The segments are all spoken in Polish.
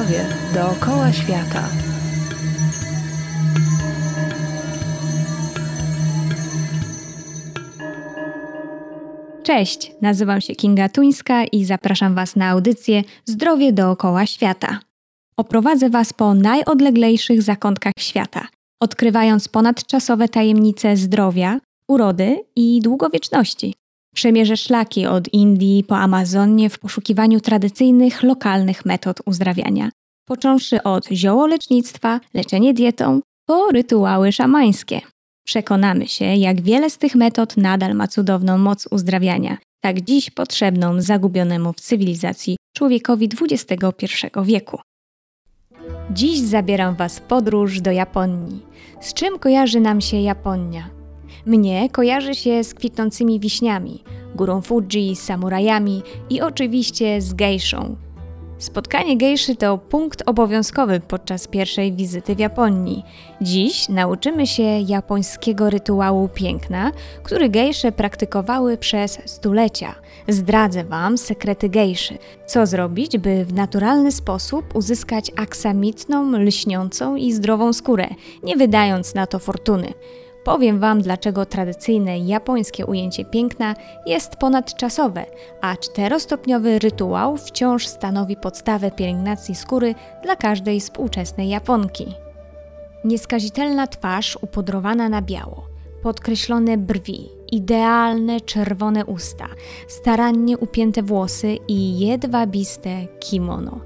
Zdrowie dookoła świata. Cześć, nazywam się Kinga Tuńska i zapraszam Was na audycję Zdrowie dookoła świata. Oprowadzę Was po najodleglejszych zakątkach świata, odkrywając ponadczasowe tajemnice zdrowia, urody i długowieczności. Przemierzę szlaki od Indii po Amazonię w poszukiwaniu tradycyjnych, lokalnych metod uzdrawiania. Począwszy od ziołolecznictwa, leczenie dietą, po rytuały szamańskie. Przekonamy się, jak wiele z tych metod nadal ma cudowną moc uzdrawiania, tak dziś potrzebną zagubionemu w cywilizacji człowiekowi XXI wieku. Dziś zabieram Was w podróż do Japonii. Z czym kojarzy nam się Japonia? Mnie kojarzy się z kwitnącymi wiśniami, górą Fuji, samurajami i oczywiście z gejszą. Spotkanie gejszy to punkt obowiązkowy podczas pierwszej wizyty w Japonii. Dziś nauczymy się japońskiego rytuału piękna, który gejsze praktykowały przez stulecia. Zdradzę Wam sekrety gejszy. Co zrobić, by w naturalny sposób uzyskać aksamitną, lśniącą i zdrową skórę, nie wydając na to fortuny. Powiem Wam, dlaczego tradycyjne japońskie ujęcie piękna jest ponadczasowe, a 4-stopniowy rytuał wciąż stanowi podstawę pielęgnacji skóry dla każdej współczesnej Japonki. Nieskazitelna twarz upudrowana na biało, podkreślone brwi, idealne czerwone usta, starannie upięte włosy i jedwabiste kimono.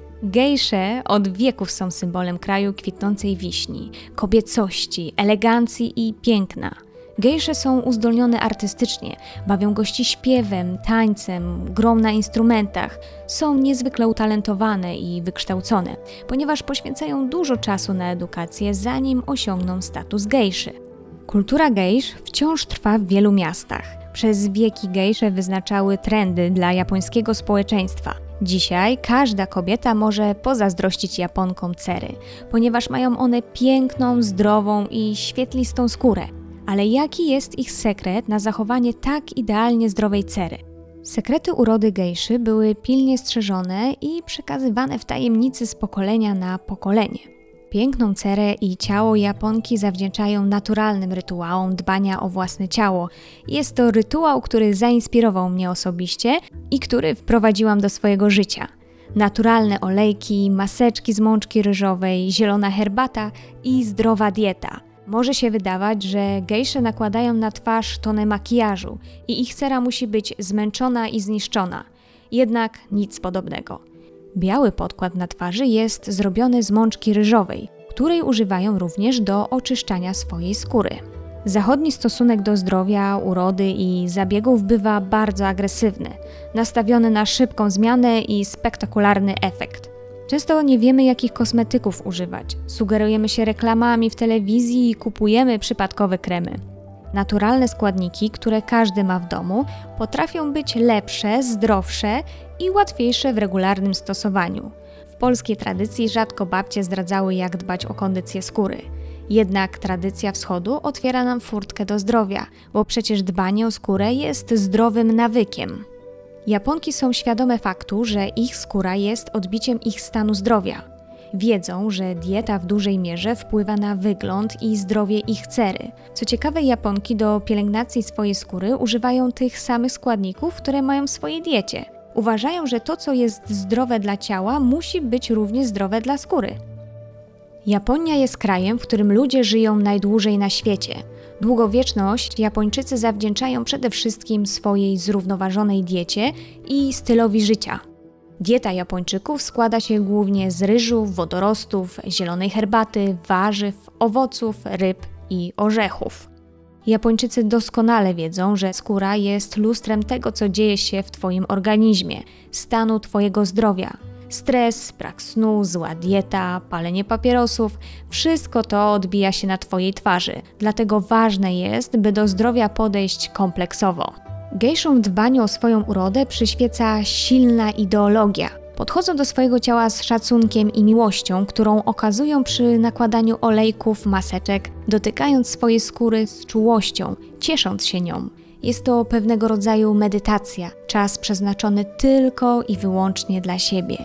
Gejsze od wieków są symbolem kraju kwitnącej wiśni, kobiecości, elegancji i piękna. Gejsze są uzdolnione artystycznie, bawią gości śpiewem, tańcem, grą na instrumentach. Są niezwykle utalentowane i wykształcone, ponieważ poświęcają dużo czasu na edukację, zanim osiągną status gejszy. Kultura gejsz wciąż trwa w wielu miastach. Przez wieki gejsze wyznaczały trendy dla japońskiego społeczeństwa. Dzisiaj każda kobieta może pozazdrościć Japonkom cery, ponieważ mają one piękną, zdrową i świetlistą skórę. Ale jaki jest ich sekret na zachowanie tak idealnie zdrowej cery? Sekrety urody gejszy były pilnie strzeżone i przekazywane w tajemnicy z pokolenia na pokolenie. Piękną cerę i ciało Japonki zawdzięczają naturalnym rytuałom dbania o własne ciało. Jest to rytuał, który zainspirował mnie osobiście i który wprowadziłam do swojego życia. Naturalne olejki, maseczki z mączki ryżowej, zielona herbata i zdrowa dieta. Może się wydawać, że gejsze nakładają na twarz tonę makijażu i ich cera musi być zmęczona i zniszczona. Jednak nic podobnego. Biały podkład na twarzy jest zrobiony z mączki ryżowej, której używają również do oczyszczania swojej skóry. Zachodni stosunek do zdrowia, urody i zabiegów bywa bardzo agresywny, nastawiony na szybką zmianę i spektakularny efekt. Często nie wiemy, jakich kosmetyków używać, sugerujemy się reklamami w telewizji i kupujemy przypadkowe kremy. Naturalne składniki, które każdy ma w domu, potrafią być lepsze, zdrowsze i łatwiejsze w regularnym stosowaniu. W polskiej tradycji rzadko babcie zdradzały, jak dbać o kondycję skóry. Jednak tradycja wschodu otwiera nam furtkę do zdrowia, bo przecież dbanie o skórę jest zdrowym nawykiem. Japonki są świadome faktu, że ich skóra jest odbiciem ich stanu zdrowia. Wiedzą, że dieta w dużej mierze wpływa na wygląd i zdrowie ich cery. Co ciekawe, Japonki do pielęgnacji swojej skóry używają tych samych składników, które mają w swojej diecie. Uważają, że to, co jest zdrowe dla ciała, musi być również zdrowe dla skóry. Japonia jest krajem, w którym ludzie żyją najdłużej na świecie. Długowieczność Japończycy zawdzięczają przede wszystkim swojej zrównoważonej diecie i stylowi życia. Dieta Japończyków składa się głównie z ryżu, wodorostów, zielonej herbaty, warzyw, owoców, ryb i orzechów. Japończycy doskonale wiedzą, że skóra jest lustrem tego, co dzieje się w Twoim organizmie, stanu Twojego zdrowia. Stres, brak snu, zła dieta, palenie papierosów – wszystko to odbija się na Twojej twarzy. Dlatego ważne jest, by do zdrowia podejść kompleksowo. Gejszom w dbaniu o swoją urodę przyświeca silna ideologia. Podchodzą do swojego ciała z szacunkiem i miłością, którą okazują przy nakładaniu olejków, maseczek, dotykając swojej skóry z czułością, ciesząc się nią. Jest to pewnego rodzaju medytacja, czas przeznaczony tylko i wyłącznie dla siebie.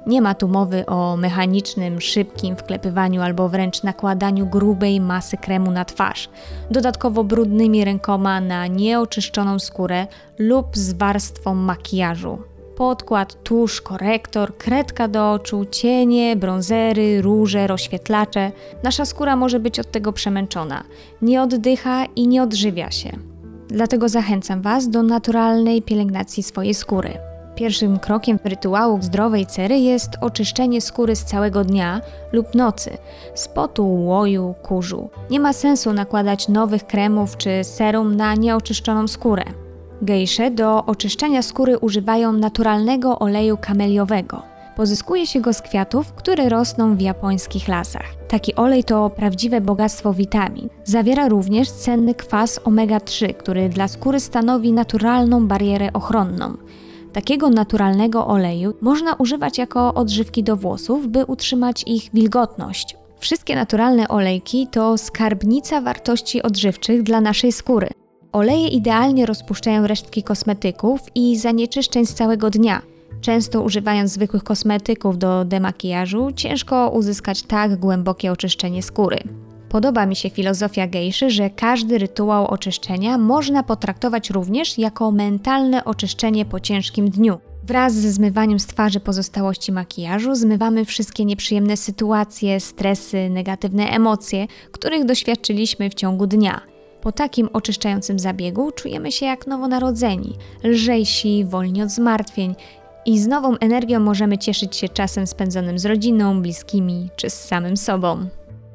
Nie ma tu mowy o mechanicznym, szybkim wklepywaniu albo wręcz nakładaniu grubej masy kremu na twarz, dodatkowo brudnymi rękoma na nieoczyszczoną skórę lub z warstwą makijażu. Podkład, tusz, korektor, kredka do oczu, cienie, bronzery, róże, rozświetlacze. Nasza skóra może być od tego przemęczona. Nie oddycha i nie odżywia się. Dlatego zachęcam Was do naturalnej pielęgnacji swojej skóry. Pierwszym krokiem rytuału zdrowej cery jest oczyszczenie skóry z całego dnia lub nocy, z potu, łoju, kurzu. Nie ma sensu nakładać nowych kremów czy serum na nieoczyszczoną skórę. Gejsze do oczyszczania skóry używają naturalnego oleju kameliowego. Pozyskuje się go z kwiatów, które rosną w japońskich lasach. Taki olej to prawdziwe bogactwo witamin. Zawiera również cenny kwas omega-3, który dla skóry stanowi naturalną barierę ochronną. Takiego naturalnego oleju można używać jako odżywki do włosów, by utrzymać ich wilgotność. Wszystkie naturalne olejki to skarbnica wartości odżywczych dla naszej skóry. Oleje idealnie rozpuszczają resztki kosmetyków i zanieczyszczeń z całego dnia. Często używając zwykłych kosmetyków do demakijażu, ciężko uzyskać tak głębokie oczyszczenie skóry. Podoba mi się filozofia gejszy, że każdy rytuał oczyszczenia można potraktować również jako mentalne oczyszczenie po ciężkim dniu. Wraz ze zmywaniem z twarzy pozostałości makijażu zmywamy wszystkie nieprzyjemne sytuacje, stresy, negatywne emocje, których doświadczyliśmy w ciągu dnia. Po takim oczyszczającym zabiegu czujemy się jak nowonarodzeni, lżejsi, wolni od zmartwień i z nową energią możemy cieszyć się czasem spędzonym z rodziną, bliskimi czy z samym sobą.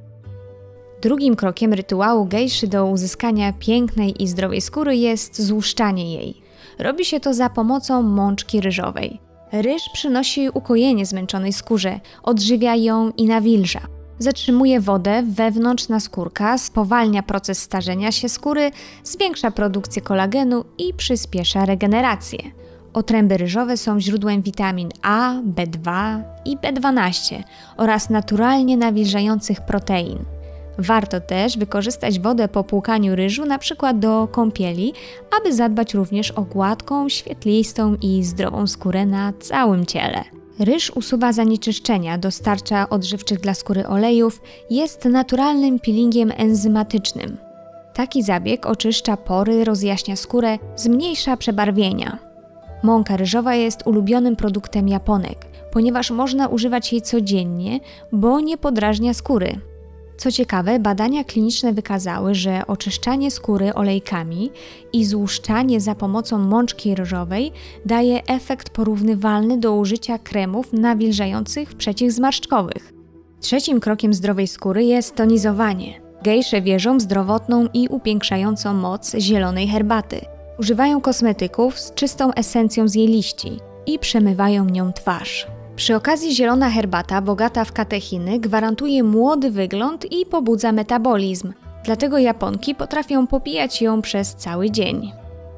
Drugim krokiem rytuału gejszy do uzyskania pięknej i zdrowej skóry jest złuszczanie jej. Robi się to za pomocą mączki ryżowej. Ryż przynosi ukojenie zmęczonej skórze, odżywia ją i nawilża. Zatrzymuje wodę wewnątrz naskórka, spowalnia proces starzenia się skóry, zwiększa produkcję kolagenu i przyspiesza regenerację. Otręby ryżowe są źródłem witamin A, B2 i B12 oraz naturalnie nawilżających protein. Warto też wykorzystać wodę po płukaniu ryżu np. do kąpieli, aby zadbać również o gładką, świetlistą i zdrową skórę na całym ciele. Ryż usuwa zanieczyszczenia, dostarcza odżywczych dla skóry olejów, jest naturalnym peelingiem enzymatycznym. Taki zabieg oczyszcza pory, rozjaśnia skórę, zmniejsza przebarwienia. Mąka ryżowa jest ulubionym produktem Japonek, ponieważ można używać jej codziennie, bo nie podrażnia skóry. Co ciekawe, badania kliniczne wykazały, że oczyszczanie skóry olejkami i złuszczanie za pomocą mączki ryżowej daje efekt porównywalny do użycia kremów nawilżających przeciwzmarszczkowych. Trzecim krokiem zdrowej skóry jest tonizowanie. Gejsze wierzą w zdrowotną i upiększającą moc zielonej herbaty. Używają kosmetyków z czystą esencją z jej liści i przemywają nią twarz. Przy okazji zielona herbata bogata w katechiny gwarantuje młody wygląd i pobudza metabolizm. Dlatego Japonki potrafią popijać ją przez cały dzień.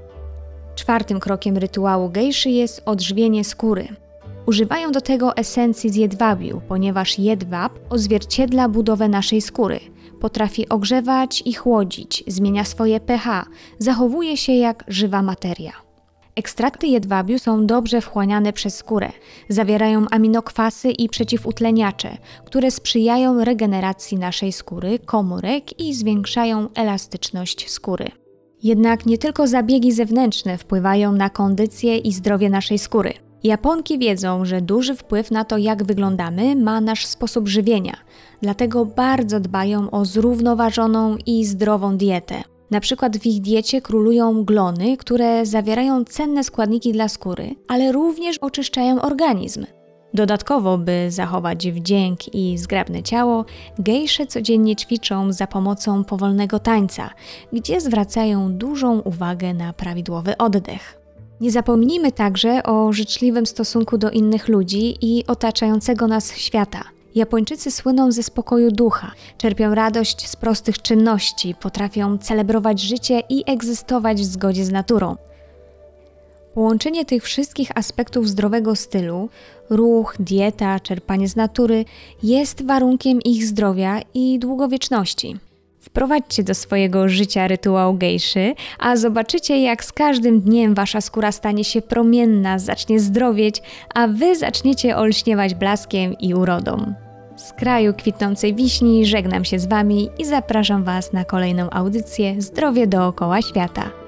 Czwartym krokiem rytuału gejszy jest odżywienie skóry. Używają do tego esencji z jedwabiu, ponieważ jedwab odzwierciedla budowę naszej skóry. Potrafi ogrzewać i chłodzić, zmienia swoje pH, zachowuje się jak żywa materia. Ekstrakty jedwabiu są dobrze wchłaniane przez skórę, zawierają aminokwasy i przeciwutleniacze, które sprzyjają regeneracji naszej skóry, komórek i zwiększają elastyczność skóry. Jednak nie tylko zabiegi zewnętrzne wpływają na kondycję i zdrowie naszej skóry. Japonki wiedzą, że duży wpływ na to, jak wyglądamy, ma nasz sposób żywienia, dlatego bardzo dbają o zrównoważoną i zdrową dietę. Na przykład w ich diecie królują glony, które zawierają cenne składniki dla skóry, ale również oczyszczają organizm. Dodatkowo, by zachować wdzięk i zgrabne ciało, gejsze codziennie ćwiczą za pomocą powolnego tańca, gdzie zwracają dużą uwagę na prawidłowy oddech. Nie zapomnijmy także o życzliwym stosunku do innych ludzi i otaczającego nas świata. Japończycy słyną ze spokoju ducha, czerpią radość z prostych czynności, potrafią celebrować życie i egzystować w zgodzie z naturą. Połączenie tych wszystkich aspektów zdrowego stylu, ruch, dieta, czerpanie z natury, jest warunkiem ich zdrowia i długowieczności. Wprowadźcie do swojego życia rytuał gejszy, a zobaczycie, jak z każdym dniem wasza skóra stanie się promienna, zacznie zdrowieć, a wy zaczniecie olśniewać blaskiem i urodą. Z kraju kwitnącej wiśni żegnam się z wami i zapraszam was na kolejną audycję Zdrowie dookoła świata.